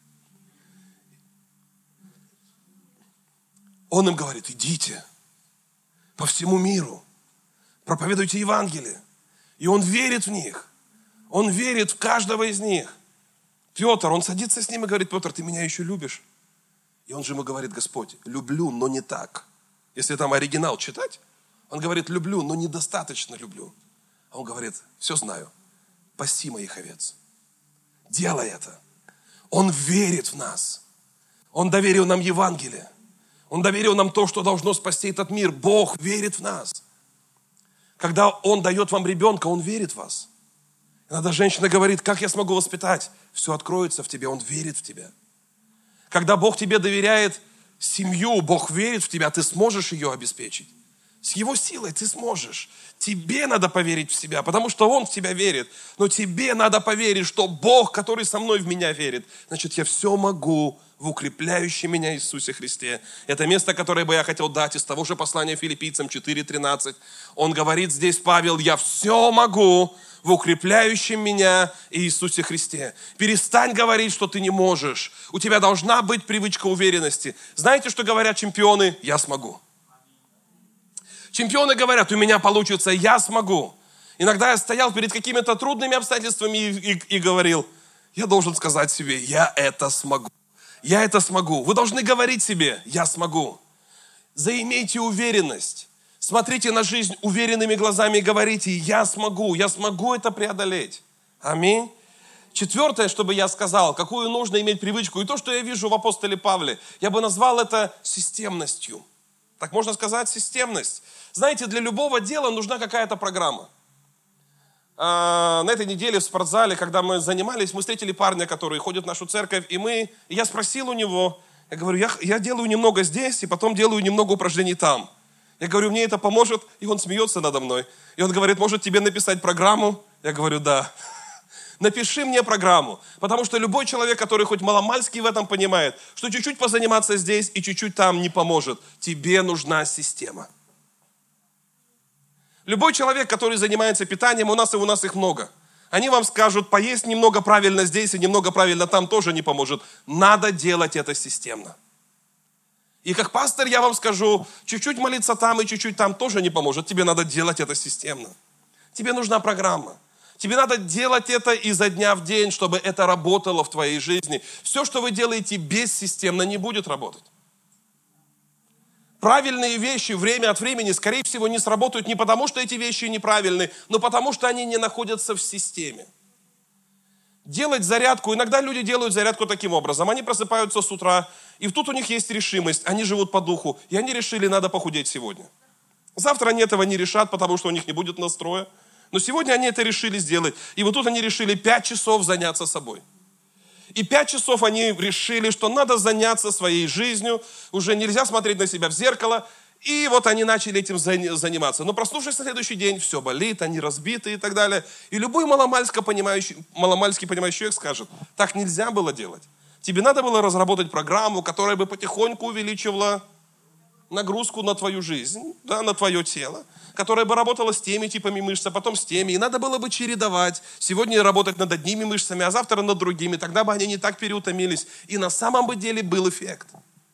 Он им говорит: идите по всему миру, проповедуйте Евангелие. И Он верит в них. Он верит в каждого из них. Петр, он садится с ним и говорит: Петр, ты меня еще любишь? И он же ему говорит: Господь, люблю, но не так. Если там оригинал читать, он говорит: люблю, но недостаточно люблю. А он говорит: все знаю, паси моих овец. Делай это. Он верит в нас. Он доверил нам Евангелие. Он доверил нам то, что должно спасти этот мир. Бог верит в нас. Когда Он дает вам ребенка, Он верит в вас. Иногда женщина говорит: как я смогу воспитать? Все откроется в тебе, Он верит в тебя. Когда Бог тебе доверяет семью, Бог верит в тебя, ты сможешь ее обеспечить. С Его силой ты сможешь. Тебе надо поверить в себя, потому что Он в тебя верит. Но тебе надо поверить, что Бог, который со мной, в меня верит. Значит, я все могу в укрепляющем меня Иисусе Христе. Это место, которое бы я хотел дать из того же послания Филиппийцам четыре тринадцать. Он говорит здесь, Павел: я все могу в укрепляющем меня Иисусе Христе. Перестань говорить, что ты не можешь. У тебя должна быть привычка уверенности. Знаете, что говорят чемпионы? Я смогу. Чемпионы говорят: у меня получится, я смогу. Иногда я стоял перед какими-то трудными обстоятельствами и, и, и говорил: я должен сказать себе: я это смогу. Я это смогу. Вы должны говорить себе: я смогу. Заимейте уверенность. Смотрите на жизнь уверенными глазами и говорите: я смогу, я смогу это преодолеть. Аминь. Четвертое, что бы я сказал, какую нужно иметь привычку, и то, что я вижу в апостоле Павле, я бы назвал это системностью. Так можно сказать, системность. Знаете, для любого дела нужна какая-то программа. А, на этой неделе в спортзале, когда мы занимались, мы встретили парня, который ходит в нашу церковь, и мы, и я спросил у него, я говорю: я, я делаю немного здесь, и потом делаю немного упражнений там. Я говорю: мне это поможет? И он смеется надо мной. И он говорит: может тебе написать программу? Я говорю: да. Напиши мне программу. Потому что любой человек, который хоть маломальски в этом понимает, что чуть-чуть позаниматься здесь и чуть-чуть там не поможет. Тебе нужна система. Любой человек, который занимается питанием, у нас и у нас их много. Они вам скажут: поесть немного правильно здесь и немного правильно там тоже не поможет. Надо делать это системно. И как пастор я вам скажу: чуть-чуть молиться там и чуть-чуть там тоже не поможет. Тебе надо делать это системно. Тебе нужна программа. Тебе надо делать это изо дня в день, чтобы это работало в твоей жизни. Все, что вы делаете бессистемно, не будет работать. Правильные вещи время от времени, скорее всего, не сработают не потому, что эти вещи неправильные, но потому, что они не находятся в системе. Делать зарядку. Иногда люди делают зарядку таким образом. Они просыпаются с утра, и тут у них есть решимость. Они живут по духу, и они решили: надо похудеть сегодня. Завтра они этого не решат, потому что у них не будет настроя. Но сегодня они это решили сделать. И вот тут они решили пять часов заняться собой. И пять часов они решили, что надо заняться своей жизнью. Уже нельзя смотреть на себя в зеркало. И вот они начали этим заниматься. Но проснувшись на следующий день, все болит, они разбиты и так далее. И любой маломальски понимающий, маломальски понимающий человек скажет: так нельзя было делать. Тебе надо было разработать программу, которая бы потихоньку увеличивала нагрузку на твою жизнь, да, на твое тело, которое бы работало с теми типами мышц, а потом с теми. И надо было бы чередовать. Сегодня работать над одними мышцами, а завтра над другими. Тогда бы они не так переутомились. И на самом деле был эффект.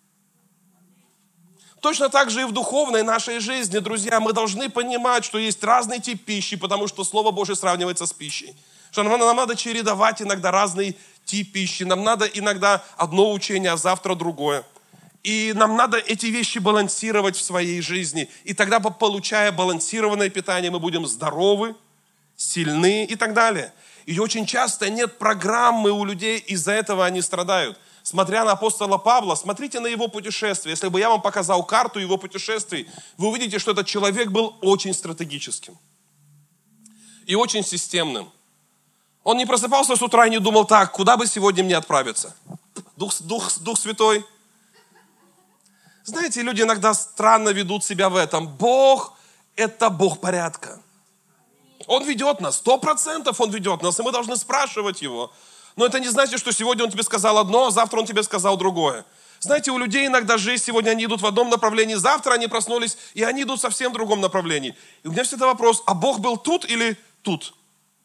Точно так же и в духовной нашей жизни, друзья, мы должны понимать, что есть разный тип пищи, потому что Слово Божие сравнивается с пищей. Что нам, нам надо чередовать иногда разный тип пищи. Нам надо иногда одно учение, а завтра другое. И нам надо эти вещи балансировать в своей жизни. И тогда, получая балансированное питание, мы будем здоровы, сильны и так далее. И очень часто нет программы у людей, из-за этого они страдают. Смотря на апостола Павла, смотрите на его путешествие. Если бы я вам показал карту его путешествий, вы увидите, что этот человек был очень стратегическим и очень системным. Он не просыпался с утра и не думал, так, куда бы сегодня мне отправиться? Дух, Дух, Дух Святой. Знаете, люди иногда странно ведут себя в этом. Бог – это Бог порядка. Он ведет нас, сто процентов Он ведет нас, и мы должны спрашивать Его. Но это не значит, что сегодня Он тебе сказал одно, а завтра Он тебе сказал другое. Знаете, у людей иногда жизнь, сегодня они идут в одном направлении, завтра они проснулись, и они идут совсем в другом направлении. И у меня всегда вопрос, а Бог был тут или тут?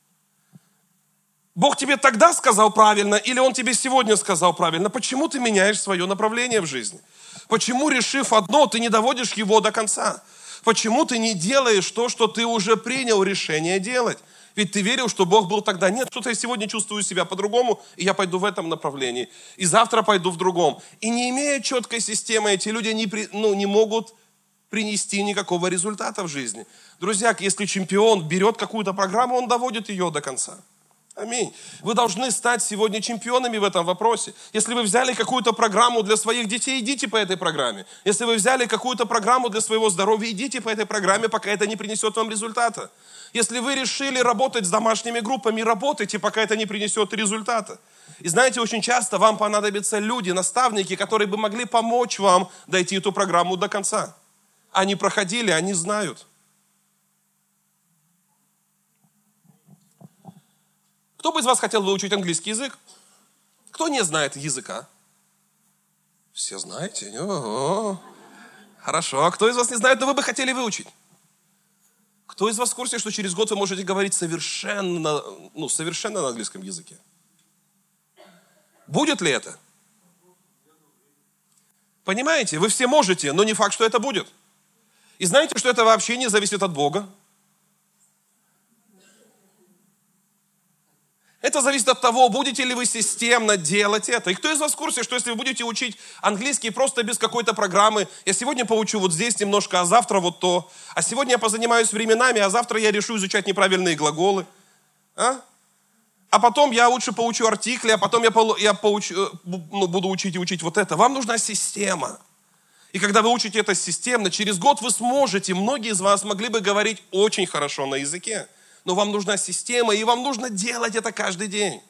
Бог тебе тогда сказал правильно, или Он тебе сегодня сказал правильно? Почему ты меняешь свое направление в жизни? Почему, решив одно, ты не доводишь его до конца? Почему ты не делаешь то, что ты уже принял решение делать? Ведь ты верил, что Бог был тогда. Нет, что-то я сегодня чувствую себя по-другому, и я пойду в этом направлении. И завтра пойду в другом. И не имея четкой системы, эти люди не, при, ну, не могут принести никакого результата в жизни. Друзья, если чемпион берет какую-то программу, он доводит ее до конца. Аминь. Вы должны стать сегодня чемпионами в этом вопросе. Если вы взяли какую-то программу для своих детей, идите по этой программе. Если вы взяли какую-то программу для своего здоровья, идите по этой программе, пока это не принесет вам результата. Если вы решили работать с домашними группами, работайте, пока это не принесет результата. И знаете, очень часто вам понадобятся люди, наставники, которые бы могли помочь вам дойти эту программу до конца. Они проходили, они знают. Кто бы из вас хотел выучить английский язык? Кто не знает языка? Все знаете? О-о-о. Хорошо. А кто из вас не знает, но вы бы хотели выучить? Кто из вас в курсе, что через год вы можете говорить совершенно, ну, совершенно на английском языке? Будет ли это? Понимаете? Вы все можете, но не факт, что это будет. И знаете, что это вообще не зависит от Бога? Это зависит от того, будете ли вы системно делать это. И кто из вас в курсе, что если вы будете учить английский просто без какой-то программы, я сегодня поучу вот здесь немножко, а завтра вот то, а сегодня я позанимаюсь временами, а завтра я решу изучать неправильные глаголы, а? А потом я лучше поучу артикли, а потом я, я поучу, ну, буду учить и учить вот это. Вам нужна система. И когда вы учите это системно, через год вы сможете, многие из вас могли бы говорить очень хорошо на языке. Но вам нужна система, и вам нужно делать это каждый день.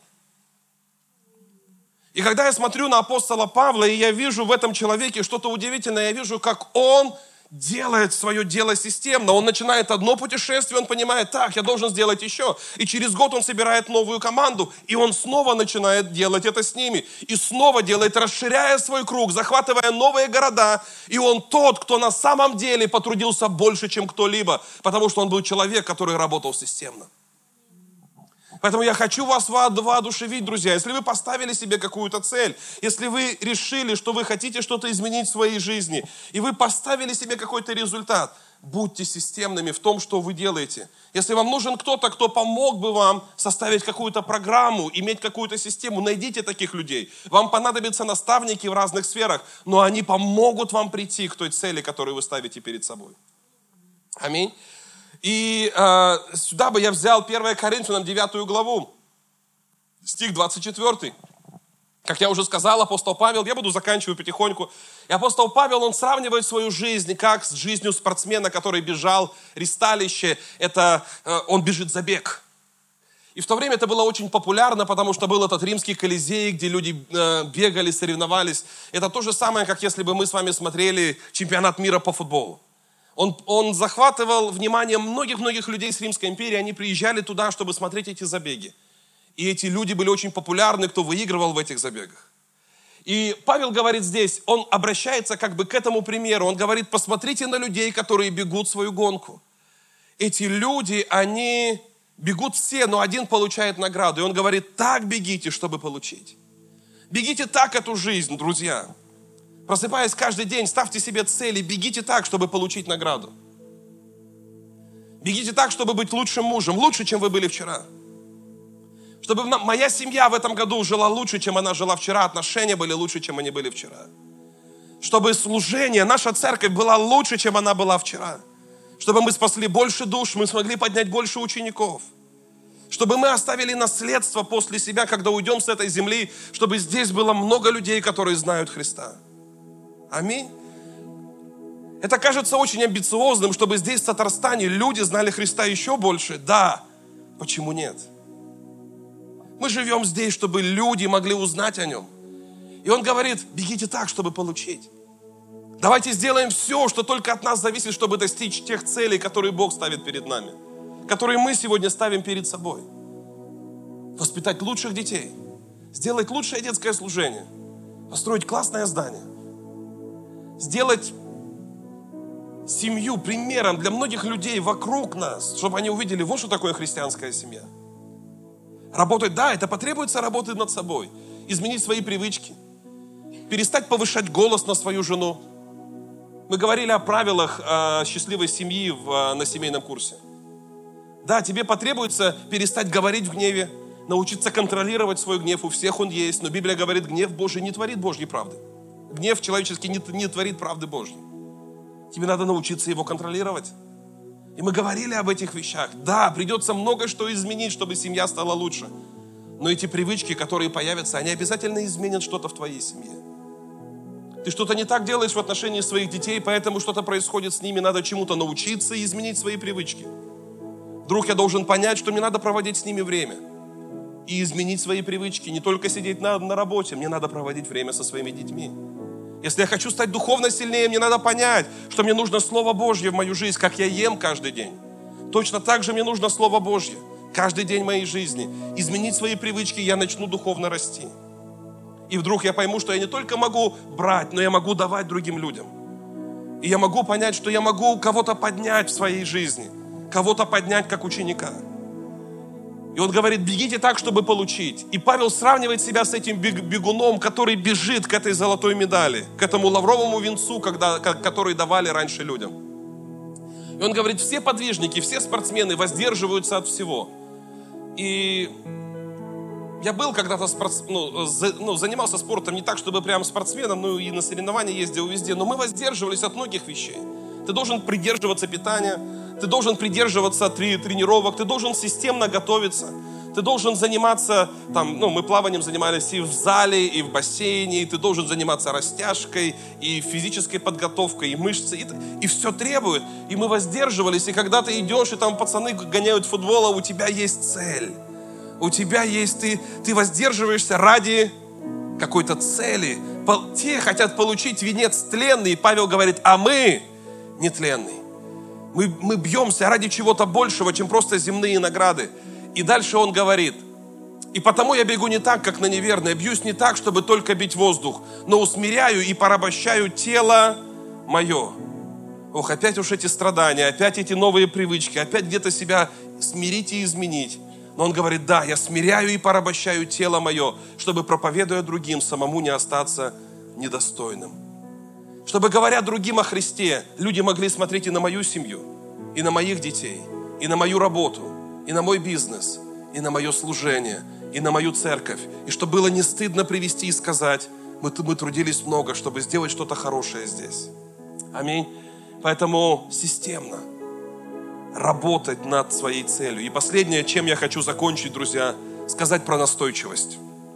И когда я смотрю на апостола Павла, и я вижу в этом человеке что-то удивительное, я вижу, как он делает свое дело системно. Он начинает одно путешествие, он понимает, так, я должен сделать еще. И через год он собирает новую команду, и он снова начинает делать это с ними. И снова делает, расширяя свой круг, захватывая новые города. И он тот, кто на самом деле потрудился больше, чем кто-либо, потому что он был человек, который работал системно. Поэтому я хочу вас воодушевить, друзья. Если вы поставили себе какую-то цель, если вы решили, что вы хотите что-то изменить в своей жизни, и вы поставили себе какой-то результат, будьте системными в том, что вы делаете. Если вам нужен кто-то, кто помог бы вам составить какую-то программу, иметь какую-то систему, найдите таких людей. Вам понадобятся наставники в разных сферах, но они помогут вам прийти к той цели, которую вы ставите перед собой. Аминь. И э, сюда бы я взял первое Коринфянам девятую главу, стих двадцать четвёртый. Как я уже сказал, апостол Павел, я буду заканчивать потихоньку. И апостол Павел, он сравнивает свою жизнь как с жизнью спортсмена, который бежал ристалище. Это э, он бежит забег. И в то время это было очень популярно, потому что был этот римский колизей, где люди э, бегали, соревновались. Это то же самое, как если бы мы с вами смотрели чемпионат мира по футболу. Он, он захватывал внимание многих-многих людей с Римской империи, они приезжали туда, чтобы смотреть эти забеги. И эти люди были очень популярны, кто выигрывал в этих забегах. И Павел говорит здесь, он обращается как бы к этому примеру. Он говорит, посмотрите на людей, которые бегут свою гонку. Эти люди, они бегут все, но один получает награду. И он говорит, так бегите, чтобы получить. Бегите так эту жизнь, друзья. Просыпаясь каждый день, ставьте себе цели, бегите так, чтобы получить награду. Бегите так, чтобы быть лучшим мужем, лучше, чем вы были вчера. Чтобы моя семья в этом году жила лучше, чем она жила вчера, отношения были лучше, чем они были вчера. Чтобы служение, наша церковь была лучше, чем она была вчера. Чтобы мы спасли больше душ, мы смогли поднять больше учеников. Чтобы мы оставили наследство после себя, когда уйдем с этой земли, чтобы здесь было много людей, которые знают Христа. Аминь. Это кажется очень амбициозным, чтобы здесь, в Татарстане, люди знали Христа еще больше. Да, почему нет? Мы живем здесь, чтобы люди могли узнать о Нем. И Он говорит, бегите так, чтобы получить. Давайте сделаем все, что только от нас зависит, чтобы достичь тех целей, которые Бог ставит перед нами. Которые мы сегодня ставим перед собой. Воспитать лучших детей. Сделать лучшее детское служение. Построить классное здание. Сделать семью примером для многих людей вокруг нас, чтобы они увидели, вот что такое христианская семья. Работать, да, это потребуется работать над собой. Изменить свои привычки. Перестать повышать голос на свою жену. Мы говорили о правилах э, счастливой семьи в, на семейном курсе. Да, тебе потребуется перестать говорить в гневе, научиться контролировать свой гнев. У всех он есть, но Библия говорит, гнев Божий не творит Божьей правды. Гнев человеческий не, не творит правды Божьей. Тебе надо научиться его контролировать. И мы говорили об этих вещах. Да, придется много что изменить, чтобы семья стала лучше. Но эти привычки, которые появятся, они обязательно изменят что-то в твоей семье. Ты что-то не так делаешь в отношении своих детей, поэтому что-то происходит с ними, надо чему-то научиться и изменить свои привычки. Вдруг я должен понять, что мне надо проводить с ними время. И изменить свои привычки, не только сидеть на, на работе, мне надо проводить время со своими детьми. Если я хочу стать духовно сильнее, мне надо понять, что мне нужно Слово Божье в мою жизнь, как я ем каждый день. Точно так же мне нужно Слово Божье каждый день моей жизни. Изменить свои привычки, я начну духовно расти. И вдруг я пойму, что я не только могу брать, но я могу давать другим людям. И я могу понять, что я могу кого-то поднять в своей жизни, кого-то поднять как ученика. И он говорит, бегите так, чтобы получить. И Павел сравнивает себя с этим бегуном, который бежит к этой золотой медали, к этому лавровому венцу, когда, который давали раньше людям. И он говорит, все подвижники, все спортсмены воздерживаются от всего. И я был когда-то, спортс... ну, за... ну, занимался спортом не так, чтобы прям спортсменом, ну и на соревнования ездил везде, но мы воздерживались от многих вещей. Ты должен придерживаться питания, ты должен придерживаться три тренировок, ты должен системно готовиться, ты должен заниматься, там, ну, мы плаванием занимались и в зале, и в бассейне, и ты должен заниматься растяжкой, и физической подготовкой, и мышцы, и, и все требует. И мы воздерживались, и когда ты идешь, и там пацаны гоняют футбол, а у тебя есть цель, у тебя есть, ты, ты воздерживаешься ради какой-то цели. Те хотят получить венец тленный, и Павел говорит, а мы нетленный. Мы, мы бьемся ради чего-то большего, чем просто земные награды. И дальше он говорит, и потому я бегу не так, как на неверное, бьюсь не так, чтобы только бить воздух, но усмиряю и порабощаю тело мое. Ох, опять уж эти страдания, опять эти новые привычки, опять где-то себя смирить и изменить. Но он говорит, да, я смиряю и порабощаю тело мое, чтобы, проповедуя другим, самому не остаться недостойным. Чтобы, говоря другим о Христе, люди могли смотреть и на мою семью, и на моих детей, и на мою работу, и на мой бизнес, и на мое служение, и на мою церковь. И чтобы было не стыдно привести и сказать, мы, мы трудились много, чтобы сделать что-то хорошее здесь. Аминь. Поэтому системно работать над своей целью. И последнее, чем я хочу закончить, друзья, сказать про настойчивость.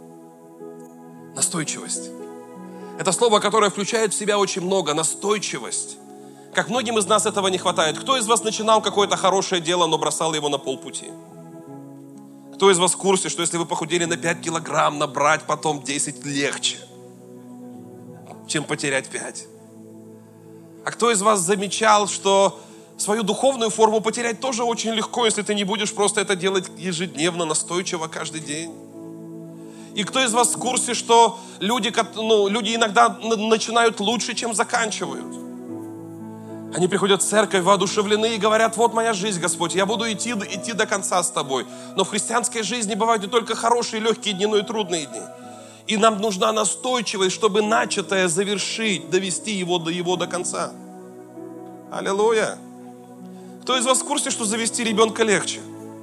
Настойчивость. Это слово, которое включает в себя очень много. Настойчивость. Как многим из нас этого не хватает. Кто из вас начинал какое-то хорошее дело, но бросал его на полпути? Кто из вас в курсе, что если вы похудели на пять килограмм, набрать потом десять легче, чем потерять пять? А кто из вас замечал, что свою духовную форму потерять тоже очень легко, если ты не будешь просто это делать ежедневно, настойчиво, каждый день? И кто из вас в курсе, что люди, ну, люди иногда начинают лучше, чем заканчивают? Они приходят в церковь воодушевлены и говорят: вот моя жизнь, Господь, я буду идти, идти до конца с Тобой. Но в христианской жизни бывают не только хорошие, легкие дни, но и трудные дни. И нам нужна настойчивость, чтобы начатое завершить, довести его до его до конца. Аллилуйя! Кто из вас в курсе, что завести ребенка легче?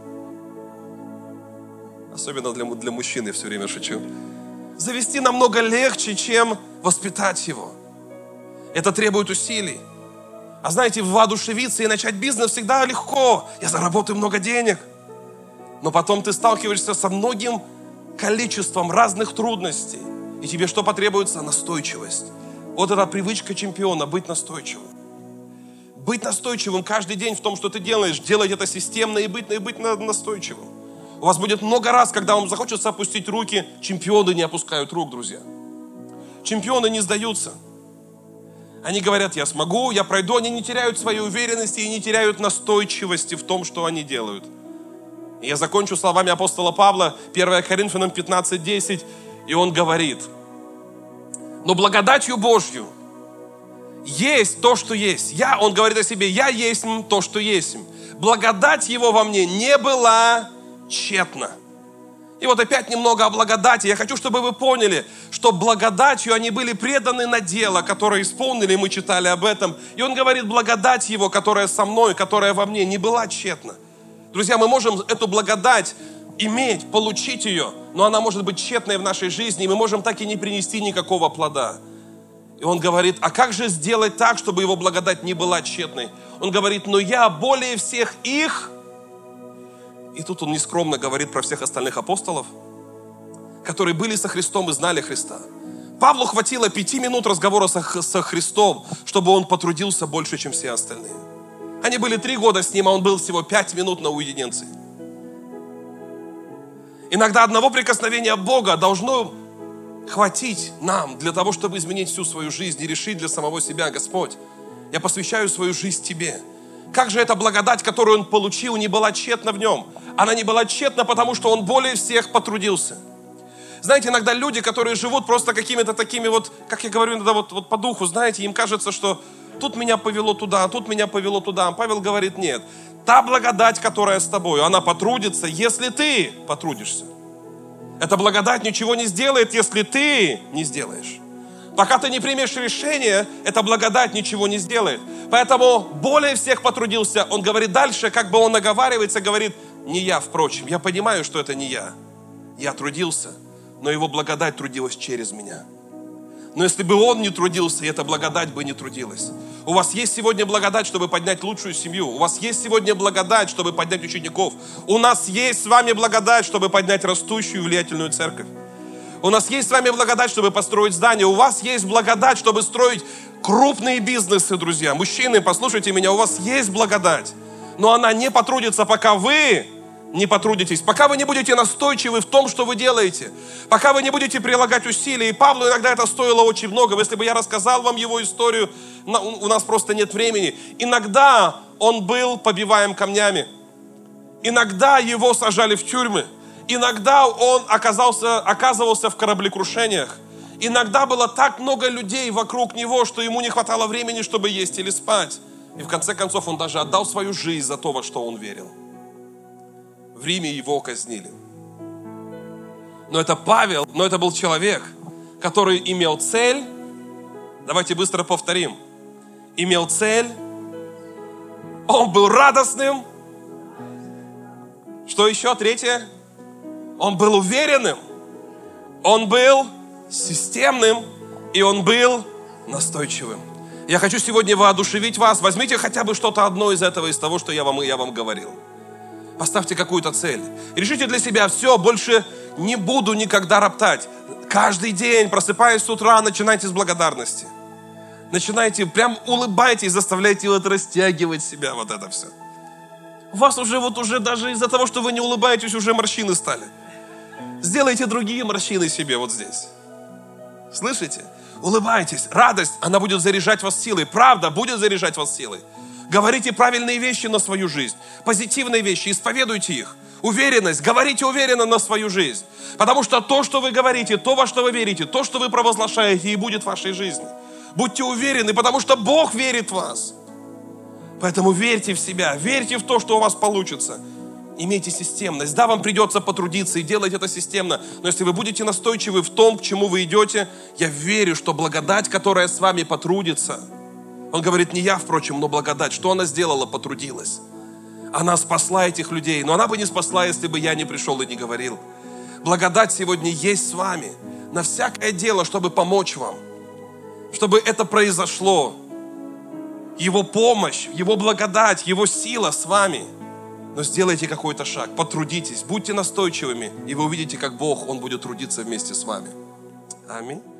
Особенно для, для мужчин, я все время шучу. Завести намного легче, чем воспитать его. Это требует усилий. А знаете, воодушевиться и начать бизнес всегда легко. Я заработаю много денег. Но потом ты сталкиваешься со многим количеством разных трудностей. И тебе что потребуется? Настойчивость. Вот эта привычка чемпиона — быть настойчивым. Быть настойчивым каждый день в том, что ты делаешь. Делать это системно и быть, и быть настойчивым. У вас будет много раз, когда вам захочется опустить руки. Чемпионы не опускают рук, друзья. Чемпионы не сдаются. Они говорят: я смогу, я пройду. Они не теряют своей уверенности и не теряют настойчивости в том, что они делают. И я закончу словами апостола Павла, первое Коринфянам пятнадцать десять, и он говорит: но благодатью Божью есть то, что есть. Я, он говорит о себе: я есть то, что есть. Благодать его во мне не была тщетна. И вот опять немного о благодати. Я хочу, чтобы вы поняли, что благодатью они были преданы на дело, которое исполнили, мы читали об этом. И он говорит: благодать его, которая со мной, которая во мне, не была тщетна. Друзья, мы можем эту благодать иметь, получить ее, но она может быть тщетной в нашей жизни, и мы можем так и не принести никакого плода. И он говорит: а как же сделать так, чтобы его благодать не была тщетной? Он говорит: но я более всех их... И тут он нескромно говорит про всех остальных апостолов, которые были со Христом и знали Христа. Павлу хватило пяти минут разговора со, со Христом, чтобы он потрудился больше, чем все остальные. Они были три года с ним, а он был всего пять минут на уединенции. Иногда одного прикосновения Бога должно хватить нам для того, чтобы изменить всю свою жизнь и решить для самого себя: Господь, я посвящаю свою жизнь Тебе. Как же эта благодать, которую он получил, не была тщетна в нем? Она не была тщетна, потому что он более всех потрудился. Знаете, иногда люди, которые живут просто какими-то такими вот, как я говорю, иногда вот, вот по духу, знаете, им кажется, что тут меня повело туда, тут меня повело туда. Павел говорит: нет, та благодать, которая с тобой, она потрудится, если ты потрудишься. Эта благодать ничего не сделает, если ты не сделаешь. Пока ты не примешь решение, эта благодать ничего не сделает. Поэтому более всех потрудился. Он говорит дальше, как бы он наговаривается, говорит: не я, впрочем. Я понимаю, что это не я. Я трудился, но его благодать трудилась через меня. Но если бы он не трудился, эта благодать бы не трудилась. У вас есть сегодня благодать, чтобы поднять лучшую семью. У вас есть сегодня благодать, чтобы поднять учеников. У нас есть с вами благодать, чтобы поднять растущую влиятельную церковь. У нас есть с вами благодать, чтобы построить здание. У вас есть благодать, чтобы строить крупные бизнесы, друзья. Мужчины, послушайте меня, у вас есть благодать. Но она не потрудится, пока вы не потрудитесь. Пока вы не будете настойчивы в том, что вы делаете. Пока вы не будете прилагать усилия. И Павлу иногда это стоило очень много. Если бы я рассказал вам его историю, у нас просто нет времени. Иногда он был побиваем камнями. Иногда его сажали в тюрьмы. Иногда он оказался, оказывался в кораблекрушениях. Иногда было так много людей вокруг него, что ему не хватало времени, чтобы есть или спать. И в конце концов он даже отдал свою жизнь за то, во что он верил. В Риме его казнили. Но это Павел, но это был человек, который имел цель. Давайте быстро повторим. Имел цель. Он был радостным. Что еще? Третье. Он был уверенным. Он был системным. И он был настойчивым. Я хочу сегодня воодушевить вас. Возьмите хотя бы что-то одно из этого, из того, что я вам, я вам говорил. Поставьте какую-то цель. Решите для себя: все, больше не буду никогда роптать. Каждый день, просыпаясь с утра, начинайте с благодарности. Начинайте, прям улыбайтесь, заставляйте вот растягивать себя, вот это все. У вас уже вот уже даже из-за того, что вы не улыбаетесь, уже морщины стали. Сделайте другие морщины себе вот здесь. Слышите? Улыбайтесь. Радость, она будет заряжать вас силой. Правда будет заряжать вас силой. Говорите правильные вещи на свою жизнь. Позитивные вещи, исповедуйте их. Уверенность. Говорите уверенно на свою жизнь. Потому что то, что вы говорите, то, во что вы верите, то, что вы провозглашаете, и будет в вашей жизни. Будьте уверены, потому что Бог верит в вас. Поэтому верьте в себя, верьте в то, что у вас получится. Имейте системность. Да, вам придется потрудиться и делать это системно, но если вы будете настойчивы в том, к чему вы идете, я верю, что благодать, которая с вами потрудится, он говорит, не я, впрочем, но благодать, что она сделала, потрудилась. Она спасла этих людей, но она бы не спасла, если бы я не пришел и не говорил. Благодать сегодня есть с вами на всякое дело, чтобы помочь вам, чтобы это произошло. Его помощь, Его благодать, Его сила с вами. Но сделайте какой-то шаг, потрудитесь, будьте настойчивыми, и вы увидите, как Бог, Он будет трудиться вместе с вами. Аминь.